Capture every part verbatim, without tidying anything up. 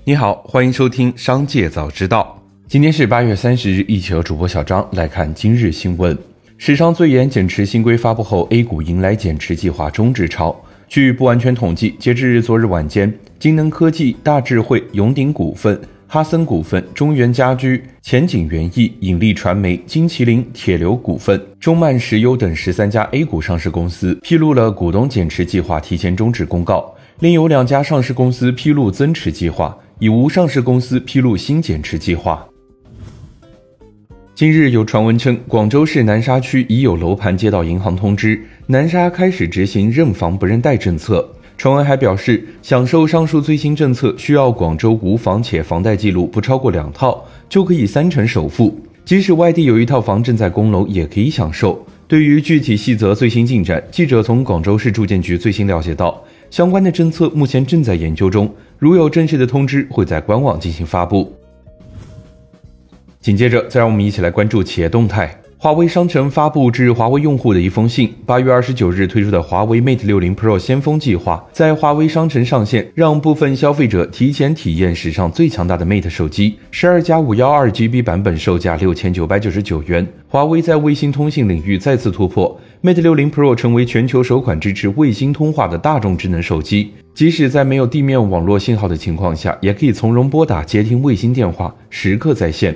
你好，欢迎收听商界早知道。今天是八月三十日，一起和主播小张来看今日新闻。史上最严减持新规发布后 ，A 股迎来减持计划中之潮。据不完全统计，截至昨日晚间，金能科技、大智慧、永鼎股份、哈森股份、中原家居、前景园艺、引力传媒、金麒麟、铁流股份、中曼石油等十三家 A 股上市公司披露了股东减持计划提前终止公告，另有两家上市公司披露增持计划，已无上市公司披露新减持计划。近日有传闻称，广州市南沙区已有楼盘接到银行通知，南沙开始执行认房不认贷政策。传闻还表示，享受上述最新政策需要广州无房且房贷记录不超过两套，就可以三成首付。即使外地有一套房正在供楼，也可以享受。对于具体细则最新进展，记者从广州市住建局最新了解到，相关的政策目前正在研究中，如有正式的通知，会在官网进行发布。紧接着，再让我们一起来关注企业动态。华为商城发布致华为用户的一封信，八月二十九日推出的华为 Mate 六十 Pro 先锋计划在华为商城上线，让部分消费者提前体验史上最强大的 Mate 手机。十二加五一二 G B 版本售价六千九百九十九元。华为在卫星通信领域再次突破， Mate 六十 Pro 成为全球首款支持卫星通话的大众智能手机，即使在没有地面网络信号的情况下，也可以从容拨打接听卫星电话，时刻在线。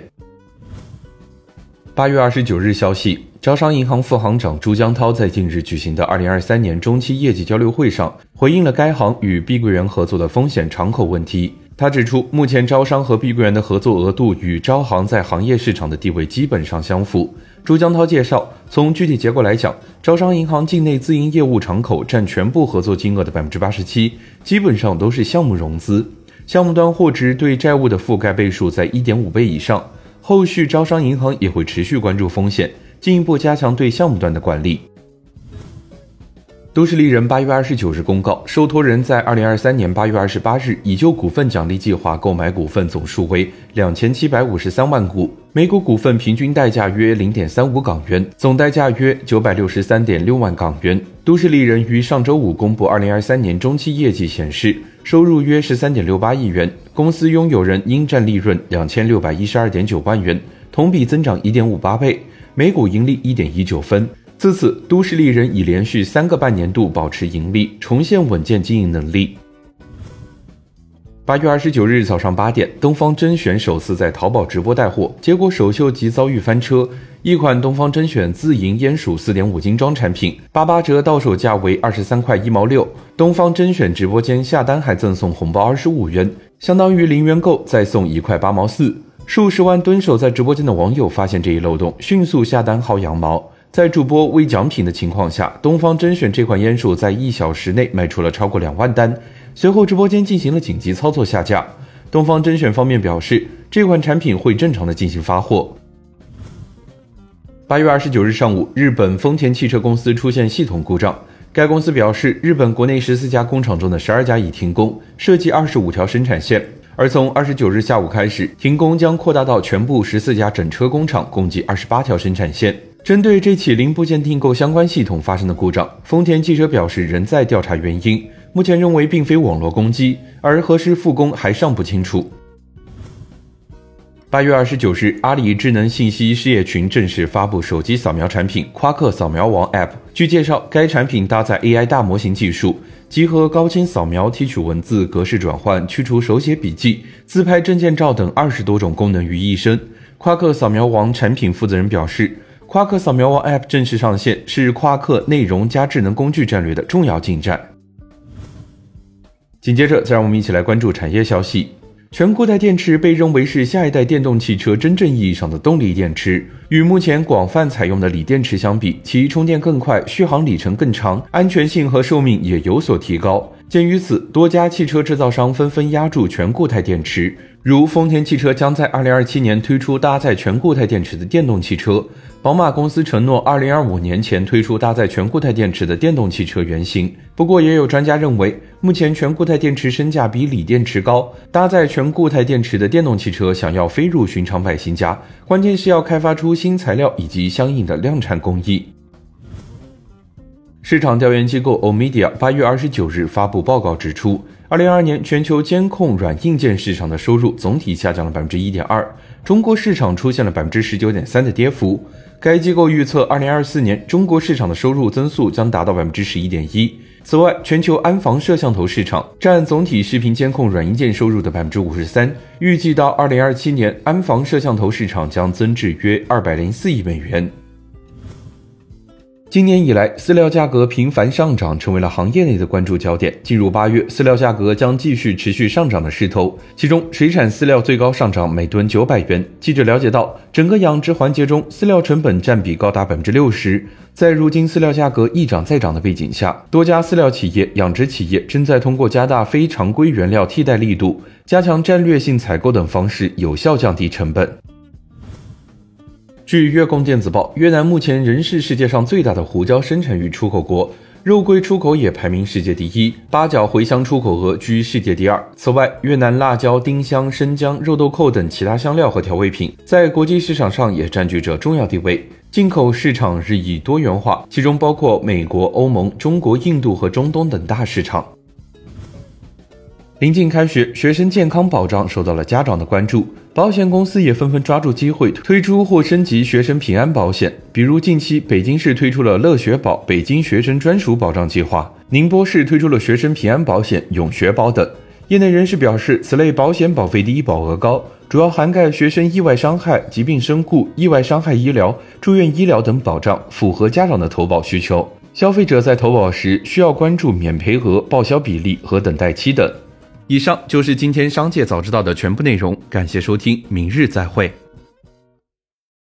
八月二十九日消息，招商银行副行长朱江涛在近日举行的二零二三年中期业绩交流会上，回应了该行与碧桂园合作的风险敞口问题。他指出，目前招商和碧桂园的合作额度与招行在行业市场的地位基本上相符。朱江涛介绍，从具体结果来讲，招商银行境内自营业务敞口占全部合作金额的 百分之八十七， 基本上都是项目融资，项目端货值对债务的覆盖倍数在 一点五倍以上。后续招商银行也会持续关注风险，进一步加强对项目端的管理。都市丽人八月二十九日公告，受托人在二零二三年八月二十八日已就股份奖励计划购买股份总数为两千七百五十三万股，每股股份平均代价约 零点三五港元，总代价约 九百六十三点六万港元。都市丽人于上周五公布二零二三年中期业绩显示，收入约 十三点六八亿元，公司拥有人应占利润 两千六百一十二点九万元，同比增长 一点五八倍，每股盈利 一点一九分。自此，都市丽人已连续三个半年度保持盈利，重现稳健经营能力。八月二十九日早上八点，东方甄选首次在淘宝直播带货，结果首秀即遭遇翻车。一款东方甄选自营烟鼠 四点五 精装产品，八八折到手价为二十三块一毛六，东方甄选直播间下单还赠送红包二十五元，相当于零元购再送一块八毛四。数十万蹲守在直播间的网友发现这一漏洞，迅速下单薅羊毛。在主播为奖品的情况下，东方甄选这款烟鼠在一小时内卖出了超过两万单，随后直播间进行了紧急操作下架。东方甄选方面表示，这款产品会正常的进行发货。八月二十九日上午，日本丰田汽车公司出现系统故障，该公司表示，日本国内十四家工厂中的十二家已停工，涉及二十五条生产线，而从二十九日下午开始，停工将扩大到全部十四家整车工厂，共计二十八条生产线。针对这起零部件订购相关系统发生的故障，丰田汽车表示仍在调查原因，目前认为并非网络攻击，而何时复工还尚不清楚。八月二十九日，阿里智能信息事业群正式发布手机扫描产品夸克扫描王 App。据介绍，该产品搭载 A I 大模型技术，集合高清扫描、提取文字、格式转换、去除手写笔记、自拍证件照等二十多种功能于一身。夸克扫描王产品负责人表示，夸克扫描王 App 正式上线，是夸克内容加智能工具战略的重要进展。紧接着，再让我们一起来关注产业消息。全固态电池被认为是下一代电动汽车真正意义上的动力电池，与目前广泛采用的锂电池相比，其充电更快，续航里程更长，安全性和寿命也有所提高。鉴于此，多家汽车制造商纷纷压注全固态电池，如丰田汽车将在二零二七年推出搭载全固态电池的电动汽车，宝马公司承诺二零二五年前推出搭载全固态电池的电动汽车原型。不过也有专家认为，目前全固态电池身价比锂电池高，搭载全固态电池的电动汽车想要飞入寻常百姓家，关键是要开发出新材料以及相应的量产工艺。市场调研机构 Omidia 八月二十九日发布报告指出， 二零二二年全球监控软硬件市场的收入总体下降了 百分之一点二， 中国市场出现了 百分之十九点三 的跌幅。该机构预测二零二四年中国市场的收入增速将达到 百分之十一点一。此外，全球安防摄像头市场占总体视频监控软硬件收入的 百分之五十三， 预计到二零二七年安防摄像头市场将增至约二百零四亿美元。今年以来，饲料价格频繁上涨成为了行业内的关注焦点。进入八月，饲料价格将继续持续上涨的势头，其中水产饲料最高上涨每吨九百元。记者了解到，整个养殖环节中，饲料成本占比高达 百分之六十。在如今饲料价格一涨再涨的背景下，多家饲料企业、养殖企业正在通过加大非常规原料替代力度、加强战略性采购等方式，有效降低成本。据越共电子报，越南目前仍是世界上最大的胡椒生产与出口国，肉桂出口也排名世界第一，八角茴香出口额居世界第二。此外，越南辣椒、丁香、生姜、肉豆蔻等其他香料和调味品在国际市场上也占据着重要地位。进口市场日益多元化，其中包括美国、欧盟、中国、印度和中东等大市场。临近开学，学生健康保障受到了家长的关注，保险公司也纷纷抓住机会推出或升级学生平安保险。比如近期北京市推出了乐学保北京学生专属保障计划，宁波市推出了学生平安保险永学保等。业内人士表示，此类保险保费低、保额高，主要涵盖学生意外伤害、疾病身故、意外伤害医疗、住院医疗等保障，符合家长的投保需求。消费者在投保时需要关注免赔额、报销比例和等待期等。以上就是今天商界早知道的全部内容，感谢收听，明日再会。